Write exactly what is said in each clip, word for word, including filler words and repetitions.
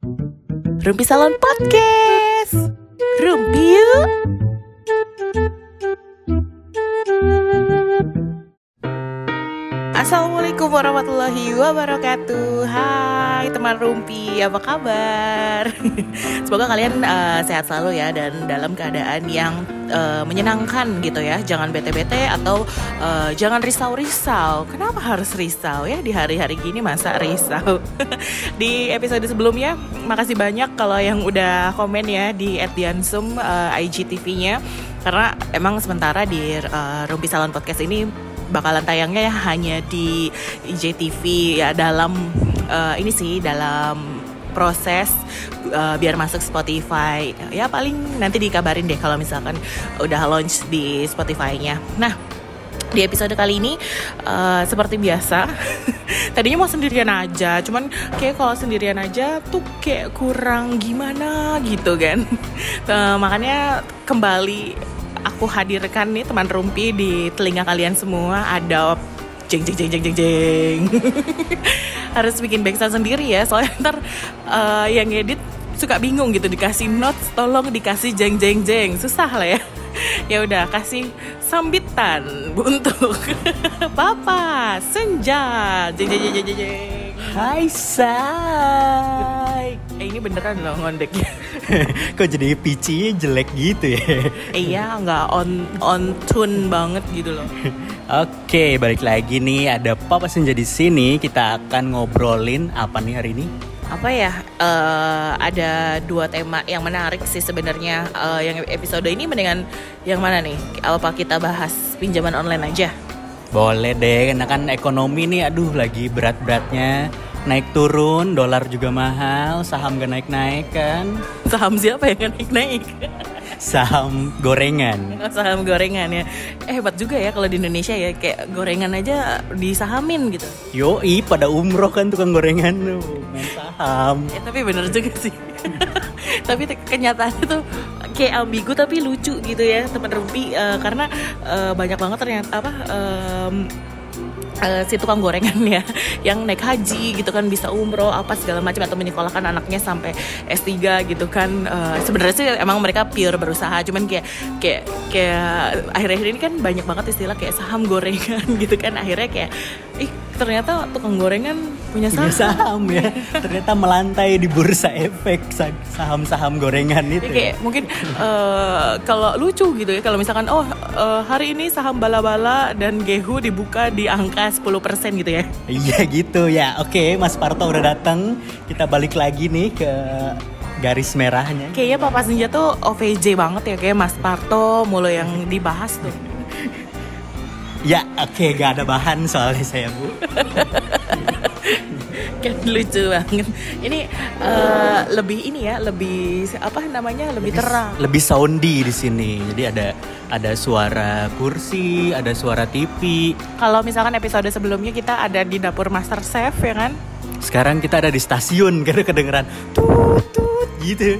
Rumpi Salon Podcast. Rumpi yuk. Assalamualaikum warahmatullahi wabarakatuh. Hai teman Rumpi, apa kabar? Semoga kalian uh, sehat selalu ya, dan dalam keadaan yang uh, menyenangkan gitu ya. Jangan bete-bete atau uh, jangan risau-risau. Kenapa harus risau ya di hari-hari gini, masa risau? Di episode sebelumnya, makasih banyak kalau yang udah komen ya di at diansum uh, I G T V-nya. Karena emang sementara di uh, Rumpi Salon Podcast ini bakalan tayangnya ya hanya di I G T V ya, dalam uh, ini sih dalam proses uh, biar masuk Spotify. Ya paling nanti dikabarin deh kalau misalkan udah launch di Spotify-nya. Nah, di episode kali ini uh, seperti biasa tadinya mau sendirian aja, cuman kayak kalau sendirian aja tuh kayak kurang gimana gitu kan. uh, makanya kembali aku hadirkan nih teman Rumpi di telinga kalian semua. Ada jeng jeng jeng jeng jeng jeng. Harus bikin backsound sendiri ya, soalnya ntar uh, yang edit suka bingung gitu, dikasih notes tolong dikasih jeng jeng jeng, susah lah ya. Ya udah, kasih sambitan untuk Bapak Senja. Jeng jeng jeng jeng jeng. Hai Say. Eh ini beneran loh ngondeknya. Kok jadi pitchy-nya jelek gitu ya? Iya, nggak on on tune banget gitu loh. Oke, balik lagi nih, ada Papa Senja di sini. Kita akan ngobrolin apa nih hari ini? Apa ya? Uh, ada dua tema yang menarik sih sebenarnya. Uh, yang episode ini mendingan yang mana nih? Apa kita bahas pinjaman online aja? Boleh deh, karena kan ekonomi nih, aduh lagi berat-beratnya. Naik turun, dolar juga mahal, saham gak naik-naik kan. Saham siapa yang gak naik-naik? Saham gorengan. Saham gorengan ya. Eh, hebat juga ya kalau di Indonesia ya, kayak gorengan aja disahamin gitu. Yoi, pada umroh kan tukang gorengan tuh, main saham. Eh, tapi bener juga sih. Tapi kenyataannya tuh kayak ambigu tapi lucu gitu ya teman Rumpi, uh, karena uh, banyak banget ternyata apa um, Uh, si tukang gorengan ya yang naik haji gitu kan, bisa umroh apa segala macam, atau menyekolahkan anaknya sampai S tiga gitu kan. Uh, sebenarnya sih emang mereka pure berusaha, cuman kayak kayak kayak akhir-akhir ini kan banyak banget istilah kayak saham gorengan gitu kan. Akhirnya kayak ih, ternyata tukang gorengan punya saham, punya saham ya. Ternyata melantai di bursa efek saham-saham gorengan itu. Ya, kayak mungkin uh, kalau lucu gitu ya kalau misalkan oh uh, hari ini saham bala-bala dan Gehu dibuka di angka sepuluh persen gitu ya. Iya gitu ya. Oke, Mas Parto udah datang. Kita balik lagi nih ke garis merahnya. Kayaknya Papa Senja tuh O V J banget ya, kayak Mas Parto mulu yang dibahas tuh. Ya, oke, okay, gak ada bahan soalnya saya, Bu. Kan lucu banget. Ini uh, lebih ini ya, lebih apa namanya? Lebih, lebih terang. Lebih soundy di sini. Jadi ada ada suara kursi, ada suara T V. Kalau misalkan episode sebelumnya kita ada di dapur Master Chef ya kan? Sekarang kita ada di stasiun karena kedengeran tut tut gitu.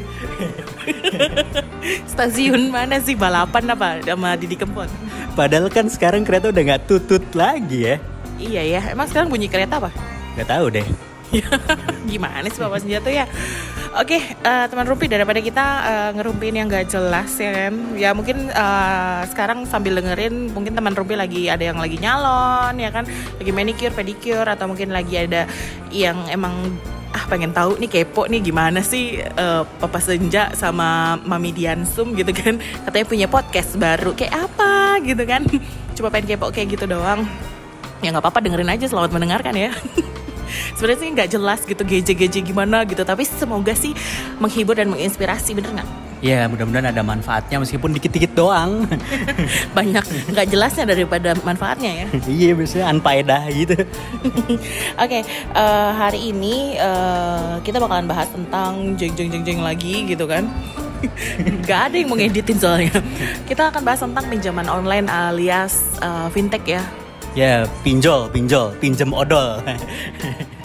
Stasiun mana sih, balapan apa sama Didi Kempot? Padahal kan sekarang kereta udah nggak tutut lagi ya. Iya ya, emang sekarang bunyi kereta apa? Nggak tahu deh. Gimana sih Bapak Senja tuh ya? Oke, uh, teman Rumpi, daripada kita uh, ngerumpin yang gak jelas ya kan. Ya mungkin uh, sekarang sambil dengerin, mungkin teman Rumpi lagi ada yang lagi nyalon ya kan, lagi manicure, pedicure, atau mungkin lagi ada yang emang ah pengen tahu nih, kepo nih gimana sih uh, Papa Senja sama Mami Diansum gitu kan. Katanya punya podcast baru, kayak apa gitu kan. Cuma pengen kepo kayak gitu doang. Ya gak apa-apa, dengerin aja, selamat mendengarkan ya. Sebenarnya sih nggak jelas gitu geje-geje gimana gitu, tapi semoga sih menghibur dan menginspirasi, bener nggak? Ya, mudah-mudahan ada manfaatnya meskipun dikit-dikit doang. Banyak nggak jelasnya daripada manfaatnya ya. Iya, biasanya unfaedah gitu. Oke, okay, uh, hari ini uh, kita bakalan bahas tentang jeng-jeng-jeng lagi gitu kan. Gak ada yang mau ngeditin soalnya. Kita akan bahas tentang pinjaman online alias uh, fintech ya. Ya, pinjol, pinjol, pinjem odol.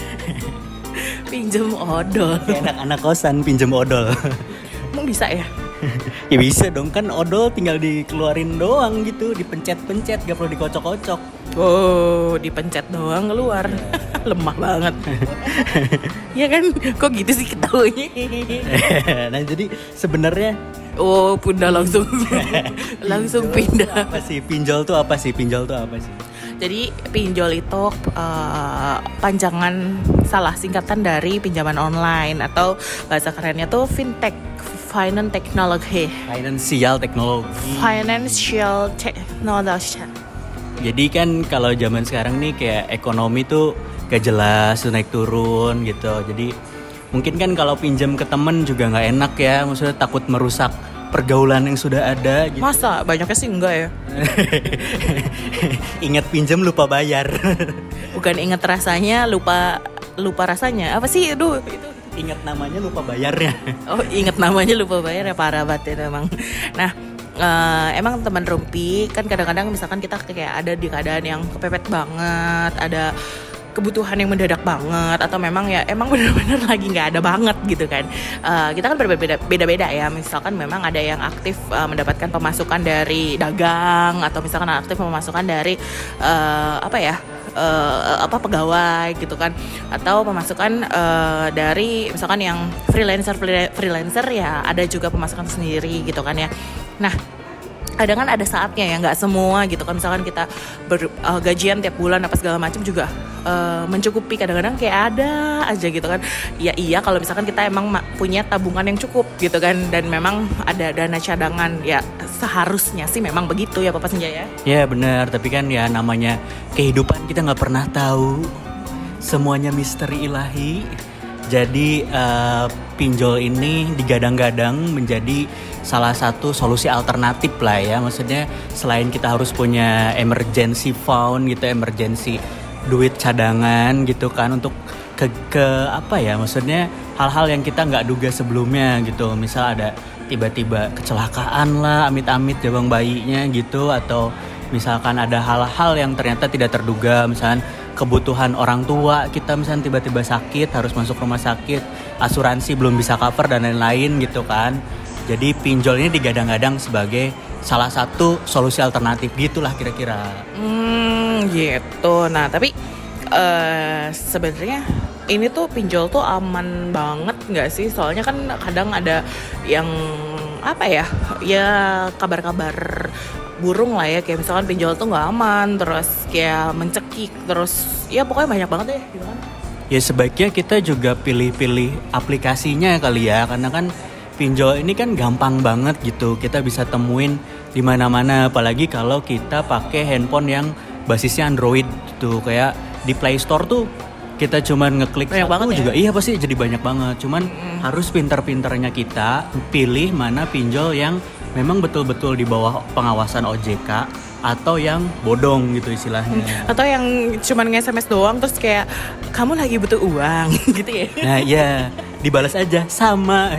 Pinjem odol. Kayak anak-anak kosan pinjem odol. Emang bisa ya? Ya bisa dong, kan odol tinggal dikeluarin doang gitu, dipencet-pencet, gak perlu dikocok-kocok. Oh, dipencet doang keluar. Lemah banget. Ya kan, kok gitu sih ketawanya. Nah jadi sebenarnya Oh, pindah langsung. Langsung pindah. apa sih pinjol tuh apa sih? Pinjol tuh apa sih? Jadi pinjol itu uh, panjangan salah singkatan dari pinjaman online atau bahasa kerennya tuh fintech, finance technology. Financial teknologi. Financial technology. Jadi kan kalau zaman sekarang nih kayak ekonomi tuh gak jelas, naik turun gitu. Jadi mungkin kan kalau pinjam ke temen juga nggak enak ya, maksudnya takut merusak pergaulan yang sudah ada gitu. Masa banyaknya sih enggak ya? Ingat pinjam lupa bayar. Bukan ingat rasanya, lupa lupa rasanya. Apa sih? Aduh, itu. Ingat namanya lupa bayarnya. Oh, ingat namanya lupa bayar ya, parah banget ya emang. Nah, uh, emang teman Rumpi kan kadang-kadang misalkan kita kayak ada di keadaan yang kepepet banget, ada kebutuhan yang mendadak banget, atau memang ya emang benar-benar lagi nggak ada banget gitu kan. Uh, kita kan berbeda beda-beda ya. Misalkan memang ada yang aktif uh, mendapatkan pemasukan dari dagang, atau misalkan aktif pemasukan dari uh, apa ya uh, apa pegawai gitu kan, atau pemasukan uh, dari misalkan yang freelancer freelancer ya ada juga pemasukan sendiri gitu kan ya. Nah, kadang kan ada saatnya ya, nggak semua gitu kan, misalkan kita ber, uh, gajian tiap bulan apa segala macam juga uh, mencukupi, kadang-kadang kayak ada aja gitu kan. Ya iya kalau misalkan kita emang ma- punya tabungan yang cukup gitu kan, dan memang ada dana cadangan, ya seharusnya sih memang begitu ya Bapak Senja ya. Ya benar, tapi kan ya namanya kehidupan kita nggak pernah tahu, semuanya misteri ilahi. Jadi uh, pinjol ini digadang-gadang menjadi salah satu solusi alternatif lah ya. Maksudnya selain kita harus punya emergency fund gitu, emergency duit cadangan gitu kan, untuk ke, ke apa ya, maksudnya hal-hal yang kita nggak duga sebelumnya gitu. Misal ada tiba-tiba kecelakaan lah, amit-amit jabang bayinya gitu, atau misalkan ada hal-hal yang ternyata tidak terduga, misalkan kebutuhan orang tua kita misalnya tiba-tiba sakit harus masuk rumah sakit, asuransi belum bisa cover dan lain-lain gitu kan. Jadi pinjol ini digadang-gadang sebagai salah satu solusi alternatif gitulah kira-kira. Hmm, gitu. Nah, tapi uh, sebenarnya ini tuh pinjol tuh aman banget nggak sih? Soalnya kan kadang ada yang apa ya, ya kabar-kabar burung lah ya, kayak misalkan pinjol tuh nggak aman, terus kayak mencekik, terus ya pokoknya banyak banget ya gitu kan. Ya sebaiknya kita juga pilih-pilih aplikasinya kali ya, karena kan pinjol ini kan gampang banget gitu, kita bisa temuin di mana-mana, apalagi kalau kita pakai handphone yang basisnya Android gitu. Kayak di Play Store tuh kita cuman ngeklik banyak satu banget ya? Juga iya pasti jadi banyak banget. Cuman mm. harus pintar-pintarnya kita pilih mana pinjol yang memang betul-betul di bawah pengawasan O J K, atau yang bodong gitu istilahnya. Atau yang cuman nge-S M S doang terus kayak kamu lagi butuh uang gitu ya. Nah iya, dibalas aja sama.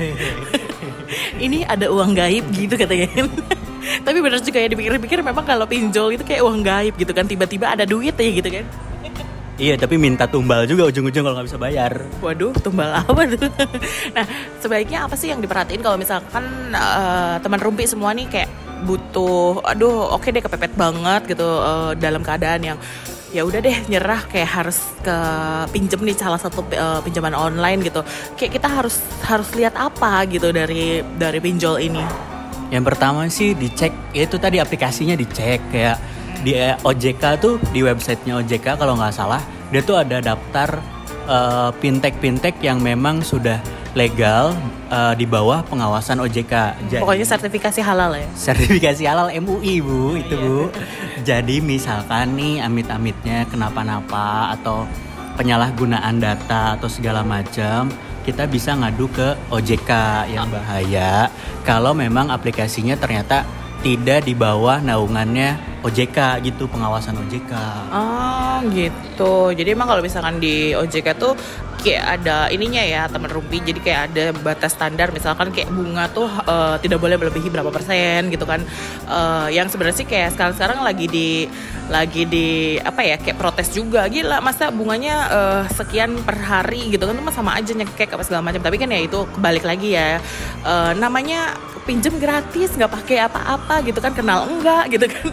Ini ada uang gaib gitu katanya. Tapi benar juga ya, dipikir-pikir memang kalau pinjol itu kayak uang gaib gitu kan, tiba-tiba ada duit ya gitu kan. Iya, tapi minta tumbal juga ujung-ujung kalau nggak bisa bayar. Waduh, tumbal apa tuh? Nah, sebaiknya apa sih yang diperhatiin kalau misalkan uh, teman Rumpi semua nih kayak butuh, aduh, oke okay deh kepepet banget gitu, uh, dalam keadaan yang ya udah deh nyerah, kayak harus ke pinjem nih salah satu uh, pinjaman online gitu. Kayak kita harus harus lihat apa gitu dari dari pinjol ini. Yang pertama sih dicek, ya itu tadi aplikasinya dicek. Kayak di O J K tuh, di websitenya O J K kalau nggak salah, dia tuh ada daftar uh, fintech-fintech yang memang sudah legal uh, di bawah pengawasan O J K. Jadi, pokoknya sertifikasi halal ya. Sertifikasi halal M U I bu, itu bu. Jadi misalkan nih amit-amitnya kenapa-napa atau penyalahgunaan data atau segala macam, kita bisa ngadu ke O J K yang bahaya kalau memang aplikasinya ternyata tidak di bawah naungannya O J K gitu, pengawasan O J K. Oh gitu. Jadi emang kalau misalkan di O J K tuh kayak ada ininya ya teman Rumpi. Jadi kayak ada batas standar, misalkan kayak bunga tuh uh, tidak boleh melebihi berapa persen gitu kan. Uh, yang sebenarnya sih kayak sekarang-sekarang lagi di lagi di apa ya, kayak protes juga, gila masa bunganya uh, sekian per hari gitu kan, itu mah sama aja nyekek apa segala macam. Tapi kan ya itu kebalik lagi ya, uh, namanya pinjem gratis, nggak pakai apa-apa gitu kan, kenal enggak gitu kan.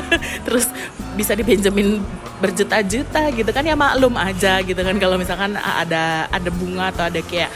Terus bisa dipinjemin berjuta-juta gitu kan, ya maklum aja gitu kan kalau misalkan ada ada bunga atau ada kayak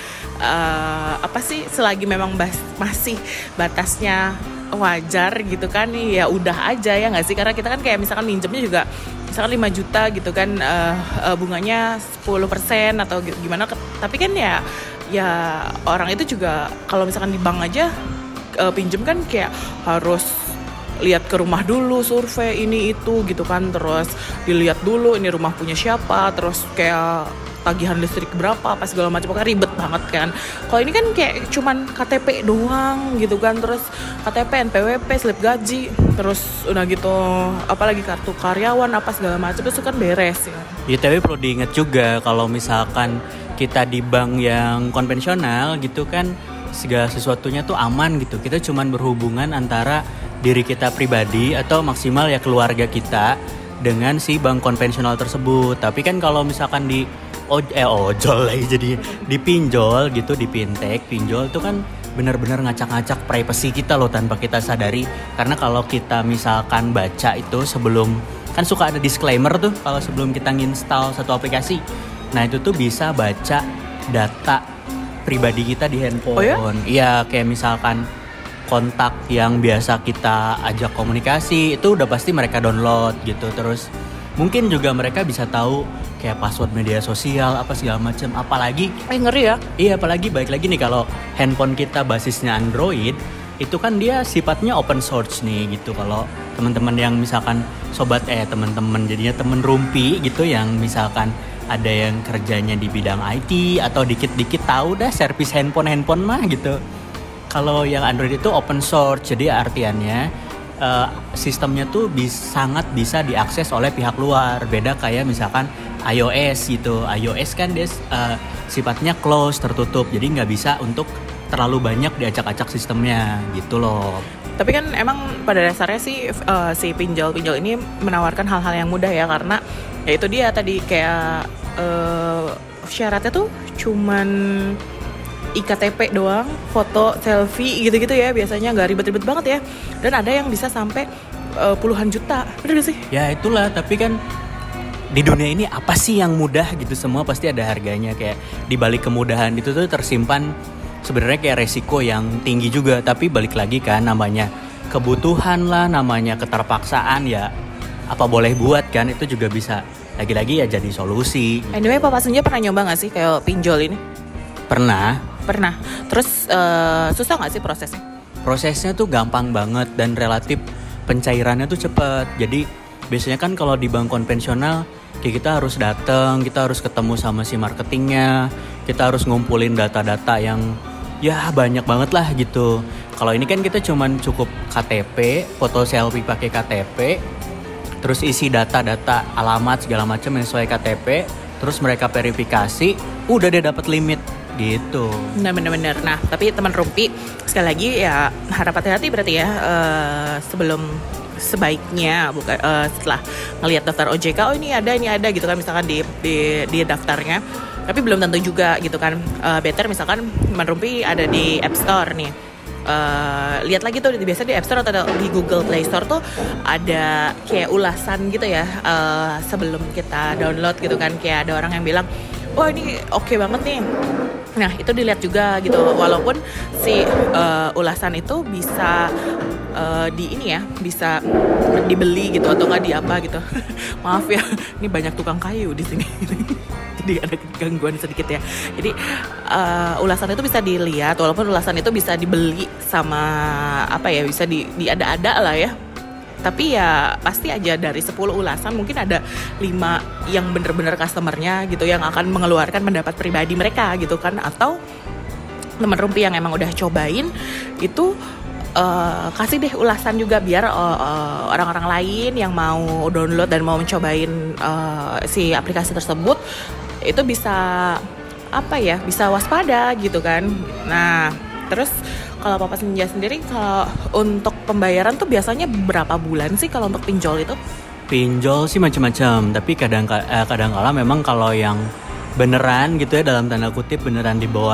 uh, apa sih, selagi memang bas, masih batasnya wajar gitu kan, ya udah aja ya nggak sih. Karena kita kan kayak misalkan minjemnya juga misalkan lima juta gitu kan, uh, uh, bunganya sepuluh persen atau gimana, tapi kan ya ya orang itu juga kalau misalkan di bank aja uh, pinjem kan kayak harus lihat ke rumah dulu, survei ini itu gitu kan, terus dilihat dulu ini rumah punya siapa, terus kayak tagihan listrik berapa, apa segala macam, kan ribet banget kan. Kalau ini kan kayak cuman K T P doang gitu kan, terus K T P, N P W P, slip gaji, terus udah gitu apalagi kartu karyawan apa segala macam, itu kan beres ya. Ya tapi perlu diingat juga kalau misalkan kita di bank yang konvensional gitu kan, segala sesuatunya tuh aman gitu. Kita cuman berhubungan antara diri kita pribadi atau maksimal ya keluarga kita dengan si bank konvensional tersebut. Tapi kan kalau misalkan di Oh, eh ojol lagi jadi dipinjol gitu, di fintech, pinjol itu kan benar-benar ngacak-ngacak privacy kita loh tanpa kita sadari. Karena kalau kita misalkan baca itu sebelum, kan suka ada disclaimer tuh kalau sebelum kita nginstal satu aplikasi. Nah itu tuh bisa baca data pribadi kita di handphone. Oh ya? Iya, kayak misalkan kontak yang biasa kita ajak komunikasi itu udah pasti mereka download gitu. Terus mungkin juga mereka bisa tahu kayak password media sosial apa segala macam. Apalagi eh ngeri ya. Iya, apalagi baik lagi nih kalau handphone kita basisnya Android, itu kan dia sifatnya open source nih gitu. Kalau teman-teman yang misalkan sobat eh teman-teman jadinya temen rumpi gitu yang misalkan ada yang kerjanya di bidang I T atau dikit-dikit tahu dah servis handphone-handphone mah gitu. Kalau yang Android itu open source, jadi artiannya Uh, sistemnya tuh bis, sangat bisa diakses oleh pihak luar. Beda kayak misalkan iOS gitu. iOS kan dia uh, sifatnya close, tertutup, jadi nggak bisa untuk terlalu banyak diacak-acak sistemnya gitu loh. Tapi kan emang pada dasarnya sih uh, si pinjol-pinjol ini menawarkan hal-hal yang mudah ya, karena ya itu dia tadi kayak uh, syaratnya tuh cuman I K T P doang, foto, selfie gitu-gitu ya, biasanya nggak ribet-ribet banget ya. Dan ada yang bisa sampai uh, puluhan juta, bener gak sih? Ya itulah, tapi kan di dunia ini apa sih yang mudah gitu, semua pasti ada harganya. Kayak di balik kemudahan itu tuh tersimpan sebenarnya kayak resiko yang tinggi juga. Tapi balik lagi kan, namanya kebutuhan lah, namanya keterpaksaan ya, apa boleh buat kan, itu juga bisa lagi-lagi ya jadi solusi. Anyway, Papa Senja pernah nyoba gak sih kayak pinjol ini? Pernah. Pernah. Terus uh, susah gak sih prosesnya? Prosesnya tuh gampang banget dan relatif pencairannya tuh cepet. Jadi biasanya kan kalau di bank konvensional kayak kita harus datang, kita harus ketemu sama si marketingnya, kita harus ngumpulin data-data yang ya banyak banget lah gitu. Kalau ini kan kita cuman cukup K T P, foto selfie pakai K T P, terus isi data-data alamat segala macam yang sesuai K T P, terus mereka verifikasi, udah dia dapat limit gitu. Nah benar-benar. Nah tapi teman rumpi sekali lagi ya harap hati-hati berarti ya, uh, sebelum sebaiknya bukan uh, setelah ngelihat daftar O J K, oh ini ada ini ada gitu kan, misalkan di di, di daftarnya, tapi belum tentu juga gitu kan. Uh, better misalkan teman rumpi ada di App Store nih, uh, lihat lagi tuh biasa di App Store atau di Google Play Store tuh ada kayak ulasan gitu ya, uh, sebelum kita download gitu kan, kayak ada orang yang bilang oh ini oke okay banget nih. Nah itu dilihat juga gitu, walaupun si uh, ulasan itu bisa uh, di ini ya, bisa dibeli gitu atau nggak di apa gitu. Maaf ya, ini banyak tukang kayu di sini. Jadi ada gangguan sedikit ya. Jadi uh, ulasan itu bisa dilihat, walaupun ulasan itu bisa dibeli sama apa ya, bisa di, di ada-ada lah ya. Tapi ya pasti aja dari sepuluh ulasan mungkin ada lima yang bener-bener customernya gitu, yang akan mengeluarkan pendapat pribadi mereka gitu kan. Atau teman rumpi yang emang udah cobain itu uh, kasih deh ulasan juga, biar uh, uh, orang-orang lain yang mau download dan mau mencobain uh, si aplikasi tersebut itu bisa apa ya, bisa waspada gitu kan. Nah terus kalau Papa Senja sendiri, kalau untuk pembayaran tuh biasanya berapa bulan sih kalau untuk pinjol itu? Pinjol sih macam-macam, tapi kadang eh, kadang kala memang kalau yang beneran gitu ya, dalam tanda kutip beneran di bawah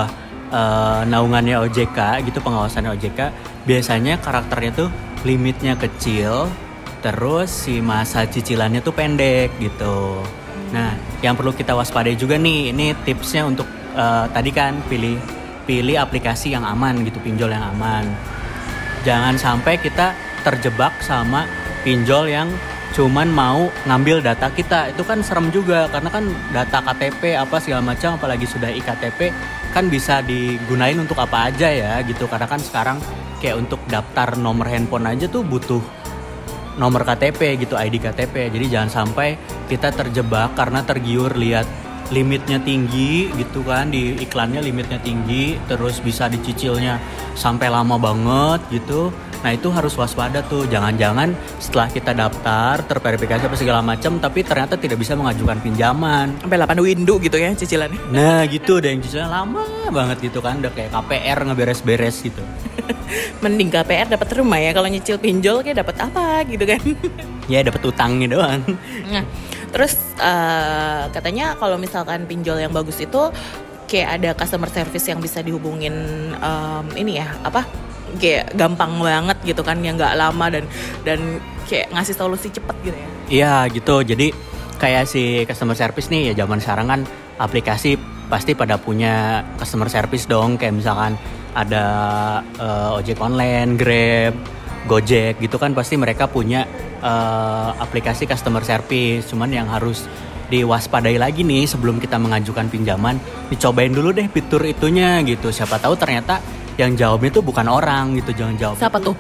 uh, naungannya O J K gitu, pengawasannya O J K, biasanya karakternya tuh limitnya kecil, terus si masa cicilannya tuh pendek gitu. Nah, yang perlu kita waspadai juga nih, ini tipsnya untuk uh, tadi kan pilih pilih aplikasi yang aman gitu, pinjol yang aman. Jangan sampai kita terjebak sama pinjol yang cuman mau ngambil data kita. Itu kan serem juga, karena kan data K T P apa segala macam, apalagi sudah I K T P kan bisa digunain untuk apa aja ya gitu. Karena kan sekarang kayak untuk daftar nomor handphone aja tuh butuh nomor K T P gitu, I D K T P. Jadi jangan sampai kita terjebak karena tergiur lihat limitnya tinggi gitu kan, di iklannya limitnya tinggi, terus bisa dicicilnya sampai lama banget gitu. Nah itu harus waspada tuh, jangan-jangan setelah kita daftar terverifikasi apa segala macam, tapi ternyata tidak bisa mengajukan pinjaman sampai delapan window gitu ya cicilannya. Nah gitu, ada yang cicilannya lama banget gitu kan, udah kayak K P R ngeberes-beres gitu. Mending K P R dapat rumah ya, kalau nyicil pinjol kayak dapat apa gitu kan. Ya dapat utangnya doang. Nah, terus uh, katanya kalau misalkan pinjol yang bagus itu kayak ada customer service yang bisa dihubungin um, ini ya, apa? Kayak gampang banget gitu kan, yang nggak lama dan dan kayak ngasih solusi cepet gitu ya. Iya gitu, jadi kayak si customer service nih ya, zaman sekarang kan aplikasi pasti pada punya customer service dong, kayak misalkan ada uh, ojek online, Grab, Gojek gitu kan, pasti mereka punya uh, aplikasi customer service. Cuman yang harus diwaspadai lagi nih sebelum kita mengajukan pinjaman, dicobain dulu deh fitur itunya gitu. Siapa tahu ternyata yang jawabnya tuh bukan orang gitu, jangan jawab. Siapa tuh?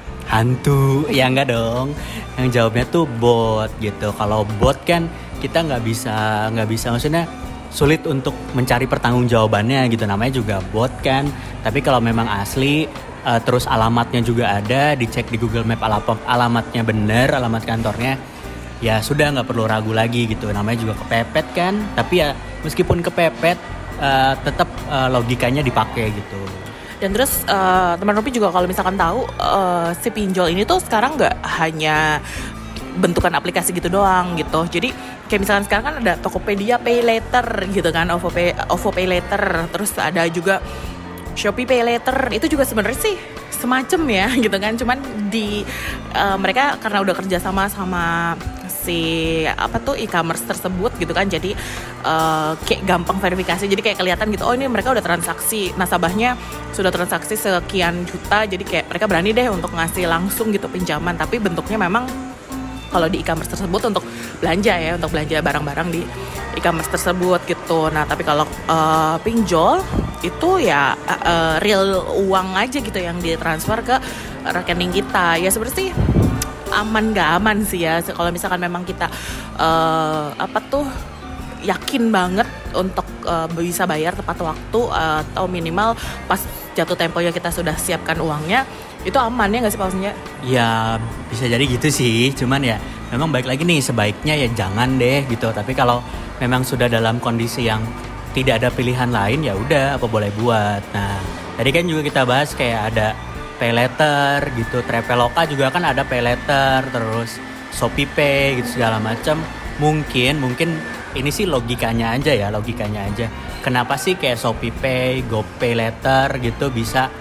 Hantu. Ya enggak dong. Yang jawabnya tuh bot gitu. Kalau bot kan kita nggak bisa nggak bisa maksudnya sulit untuk mencari pertanggungjawabannya gitu, namanya juga bot kan. Tapi kalau memang asli uh, terus alamatnya juga ada, dicek di Google Map alap- alamatnya bener, alamat kantornya, ya sudah nggak perlu ragu lagi gitu. Namanya juga kepepet kan, tapi ya meskipun kepepet uh, tetap uh, logikanya dipakai gitu. Dan terus uh, teman Rupi juga kalau misalkan tahu uh, si pinjol ini tuh sekarang nggak hanya bentukan aplikasi gitu doang gitu. Jadi kayak misalkan sekarang kan ada Tokopedia Pay Later gitu kan, OVO Pay, OVO Pay Later, terus ada juga Shopee Pay Later. Itu juga sebenarnya sih semacam ya gitu kan, cuman di uh, mereka karena udah kerja sama sama si apa tuh e-commerce tersebut gitu kan, jadi uh, kayak gampang verifikasi, jadi kayak kelihatan gitu, oh ini mereka udah transaksi, nasabahnya sudah transaksi sekian juta, jadi kayak mereka berani deh untuk ngasih langsung gitu pinjaman. Tapi bentuknya memang kalau di e-commerce tersebut untuk belanja ya, untuk belanja barang-barang di e-commerce tersebut gitu. Nah tapi kalau uh, pinjol itu ya uh, real uang aja gitu yang ditransfer ke rekening kita. Ya sebenarnya sih aman gak aman sih ya, kalau misalkan memang kita uh, apa tuh yakin banget untuk uh, bisa bayar tepat waktu, uh, atau minimal pas jatuh temponya kita sudah siapkan uangnya, itu aman ya nggak sih Pak Husnya? Ya bisa jadi gitu sih, cuman ya memang baik lagi nih, sebaiknya ya jangan deh gitu. Tapi kalau memang sudah dalam kondisi yang tidak ada pilihan lain, ya udah apa boleh buat. Nah tadi kan juga kita bahas kayak ada Pay Later gitu, Traveloka juga kan ada Pay Later, terus Shopee Pay gitu segala macam. Mungkin mungkin ini sih logikanya aja ya, logikanya aja. Kenapa sih kayak Shopee Pay, GoPay Later gitu bisa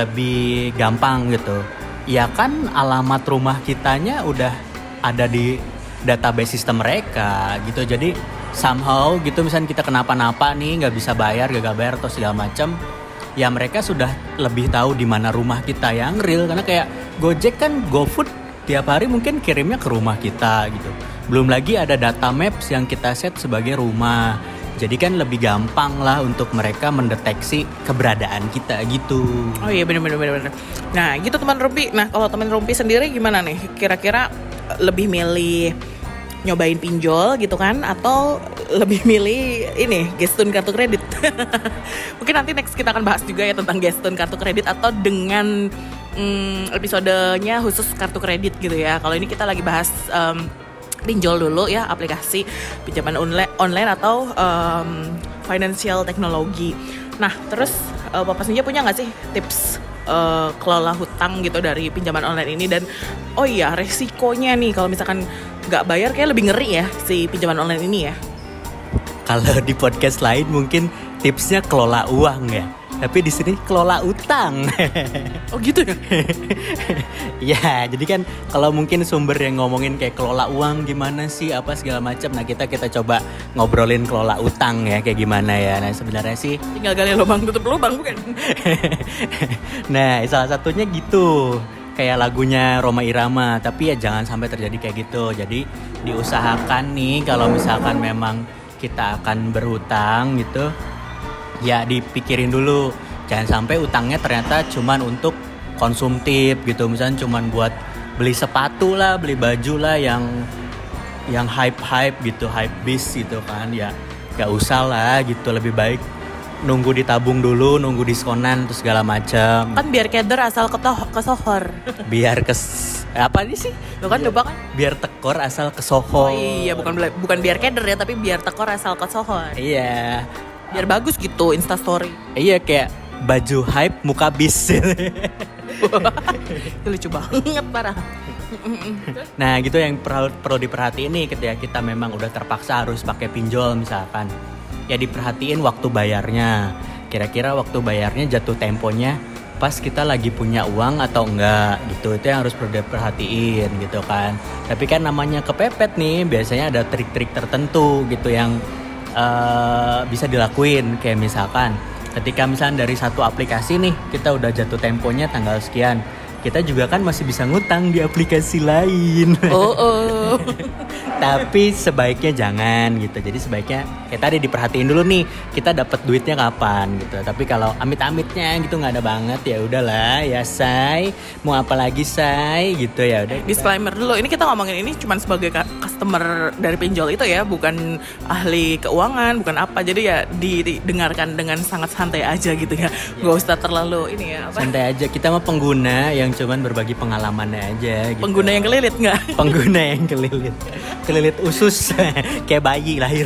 lebih gampang gitu? Ya kan alamat rumah kitanya udah ada di database sistem mereka gitu. Jadi somehow gitu, misalnya kita kenapa-napa nih nggak bisa bayar, gagal bayar atau segala macam, ya mereka sudah lebih tahu di mana rumah kita yang real. Karena kayak Gojek kan, GoFood tiap hari mungkin kirimnya ke rumah kita gitu. Belum lagi ada data maps yang kita set sebagai rumah. Jadi kan lebih gampang lah untuk mereka mendeteksi keberadaan kita gitu. Oh iya benar-benar benar. Nah gitu teman Rumpi. Nah kalau teman Rumpi sendiri gimana nih? Kira-kira lebih milih nyobain pinjol gitu kan, atau lebih milih ini gestun kartu kredit? Mungkin nanti next kita akan bahas juga ya tentang gestun kartu kredit, atau dengan hmm, episodenya khusus kartu kredit gitu ya. Kalau ini kita lagi bahas um, pinjol dulu ya, aplikasi pinjaman online online atau um, financial technology. Nah terus uh, Bapak Senja punya nggak sih tips uh, kelola hutang gitu dari pinjaman online ini? Dan oh iya, resikonya nih kalau misalkan nggak bayar kayak lebih ngeri ya si pinjaman online ini ya. Kalau di podcast lain mungkin tipsnya kelola uang ya. Tapi di sini kelola utang. Oh gitu ya? Ya, jadi kan kalau mungkin sumber yang ngomongin kayak kelola uang gimana sih apa segala macam. Nah, kita kita coba ngobrolin kelola utang ya kayak gimana ya. Nah, sebenarnya sih Tinggal gali lubang tutup lubang bukan? Nah, salah satunya gitu. Kayak lagunya Rhoma Irama, tapi ya jangan sampai terjadi kayak gitu. Jadi diusahakan nih kalau misalkan memang kita akan berhutang gitu, ya dipikirin dulu. Jangan sampai utangnya ternyata cuman untuk konsumtif gitu. Misalnya cuman buat beli sepatu lah, beli baju lah yang yang hype-hype gitu, hype beast gitu kan. Ya gak usah lah gitu, lebih baik nunggu ditabung dulu, nunggu diskonan terus segala macam. Kan biar keder asal ketoh kesohor. Biar kes apa nih sih? Lo kan coba kan? Biar tekor asal kesohor. Oh iya, bukan bukan biar keder ya, tapi biar tekor asal kesohor. Iya. Biar bagus gitu Insta story. Iya, kayak baju hype muka bis. Itu lucu banget parah. Nah, gitu yang perlu, perlu diperhatiin nih ketika kita memang udah terpaksa harus pakai pinjol misalkan. Ya diperhatiin waktu bayarnya. Kira-kira waktu bayarnya jatuh temponya pas kita lagi punya uang atau enggak gitu. Itu yang harus perlu diperhatiin gitu kan. Tapi kan namanya kepepet nih, biasanya ada trik-trik tertentu gitu yang uh, bisa dilakuin. Kayak misalkan ketika misalnya dari satu aplikasi nih kita udah jatuh temponya tanggal sekian, kita juga kan masih bisa ngutang di aplikasi lain. Oh, oh. Tapi sebaiknya jangan gitu. Jadi sebaiknya kayak tadi diperhatiin dulu nih kita dapat duitnya kapan gitu. Tapi kalau amit-amitnya gitu nggak ada banget, ya udahlah ya say. Mau apa lagi say gitu ya udah. Disclaimer dulu, ini kita ngomongin ini cuma sebagai customer dari pinjol itu ya, bukan ahli keuangan, bukan apa. Jadi ya didengarkan dengan sangat santai aja gitu ya. Gak usah terlalu ini ya apa? Santai aja, kita mah pengguna yang cuman berbagi pengalamannya aja gitu. Pengguna yang kelilit nggak? Pengguna yang kelilit. Kelilit usus kayak bayi lahir.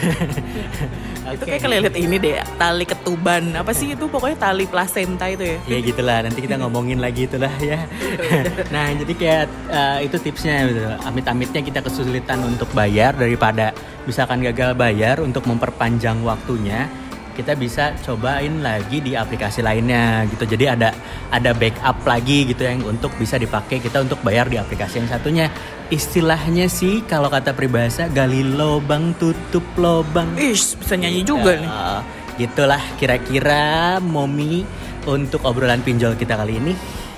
Itu kayak kelilit ini deh, tali ketuban apa sih itu, pokoknya tali plasenta itu ya. Ya gitulah, nanti kita ngomongin lagi itulah ya. Nah jadi kayak uh, itu tipsnya gitu. Amit-amitnya kita kesulitan untuk bayar, daripada misalkan gagal bayar, untuk memperpanjang waktunya kita bisa cobain lagi di aplikasi lainnya gitu. Jadi ada ada backup lagi gitu yang untuk bisa dipakai kita untuk bayar di aplikasi yang satunya. Istilahnya sih kalau kata peribahasa, gali lobang tutup lobang. Ish, bisa nyanyi juga nih. Uh, gitulah kira-kira Momi untuk obrolan pinjol kita kali ini.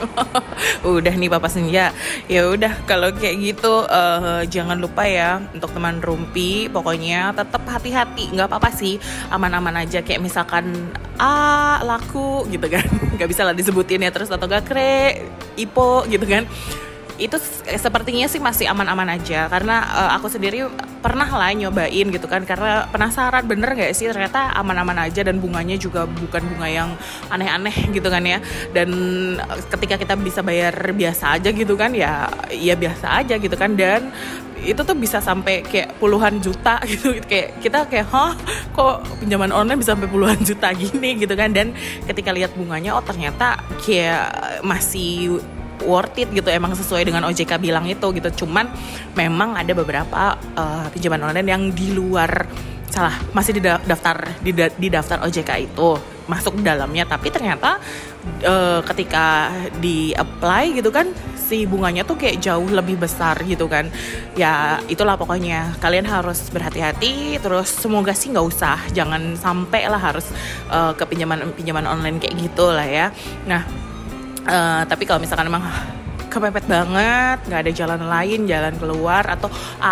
Udah nih Papa Senja. Ya udah kalau kayak gitu uh, jangan lupa ya untuk teman Rumpi, pokoknya tetap hati-hati. Nggak apa-apa sih, aman-aman aja. Kayak misalkan ah laku gitu kan, nggak bisa lah disebutin ya, terus atau gak kre ipo gitu kan. Itu sepertinya sih masih aman-aman aja, karena uh, aku sendiri pernah lah nyobain gitu kan, karena penasaran bener gak sih, ternyata aman-aman aja dan bunganya juga bukan bunga yang aneh-aneh gitu kan ya. Dan ketika kita bisa bayar biasa aja gitu kan ya, ya biasa aja gitu kan, dan itu tuh bisa sampai kayak puluhan juta gitu. Kayak kita kayak hah kok pinjaman online bisa sampai puluhan juta gini gitu kan. Dan ketika lihat bunganya, oh ternyata kayak masih worth it gitu, emang sesuai dengan O J K bilang itu gitu. Cuman memang ada beberapa uh, pinjaman online yang di luar, salah, masih di daftar di, da, di daftar O J K itu masuk dalamnya, tapi ternyata uh, ketika di apply gitu kan si bunganya tuh kayak jauh lebih besar gitu kan. Ya itulah pokoknya kalian harus berhati-hati. Terus semoga sih nggak usah, jangan sampai lah harus uh, ke pinjaman pinjaman online kayak gitu lah ya. Nah Uh, tapi kalau misalkan emang kepepet banget, nggak ada jalan lain, jalan keluar, atau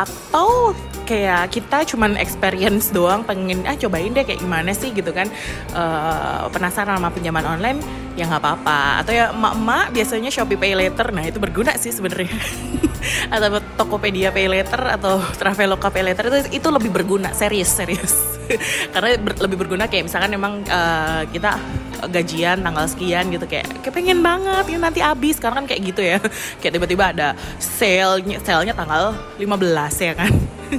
atau kayak kita cuman experience doang, pengen ah cobain deh kayak gimana sih gitu kan, uh, penasaran sama pinjaman online, ya nggak apa-apa. Atau ya emak-emak biasanya Shopee Pay Later, nah itu berguna sih sebenarnya. Atau Tokopedia Pay Later atau Traveloka Pay Later, itu itu lebih berguna, serius serius. Karena ber, lebih berguna kayak misalkan emang uh, kita gajian tanggal sekian gitu, kayak kayak pengen banget ini nanti habis, karena kan kayak gitu ya. Kayak tiba-tiba ada sale-nya, sale-nya tanggal lima belas ya kan.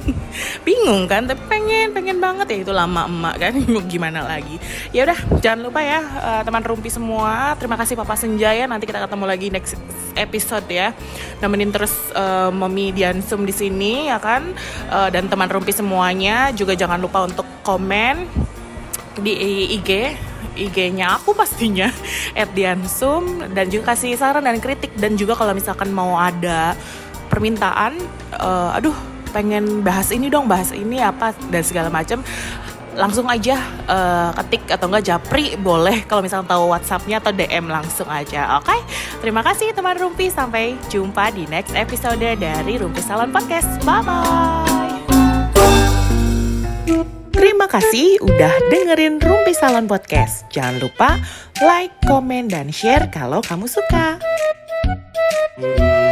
Bingung kan, tapi pengen pengen banget ya, itu lama emak kan. Gimana lagi. Ya udah, jangan lupa ya uh, teman Rumpi semua. Terima kasih Papa Senjaya. Nanti kita ketemu lagi next episode ya. Nemenin terus uh, Momi Diansum di sini ya kan. Uh, dan teman Rumpi semuanya juga jangan lupa untuk komen di I G I G-nya aku pastinya et diansum, dan juga kasih saran dan kritik, dan juga kalau misalkan mau ada permintaan, uh, aduh pengen bahas ini dong, bahas ini apa dan segala macam, langsung aja uh, ketik atau enggak japri boleh, kalau misalkan tahu WhatsApp-nya atau D M langsung aja. Oke, terima kasih teman Rumpi, sampai jumpa di next episode dari Rumpi Salon Podcast. Bye bye. Terima kasih udah dengerin Rumpi Salon Podcast. Jangan lupa like, komen, dan share kalau kamu suka.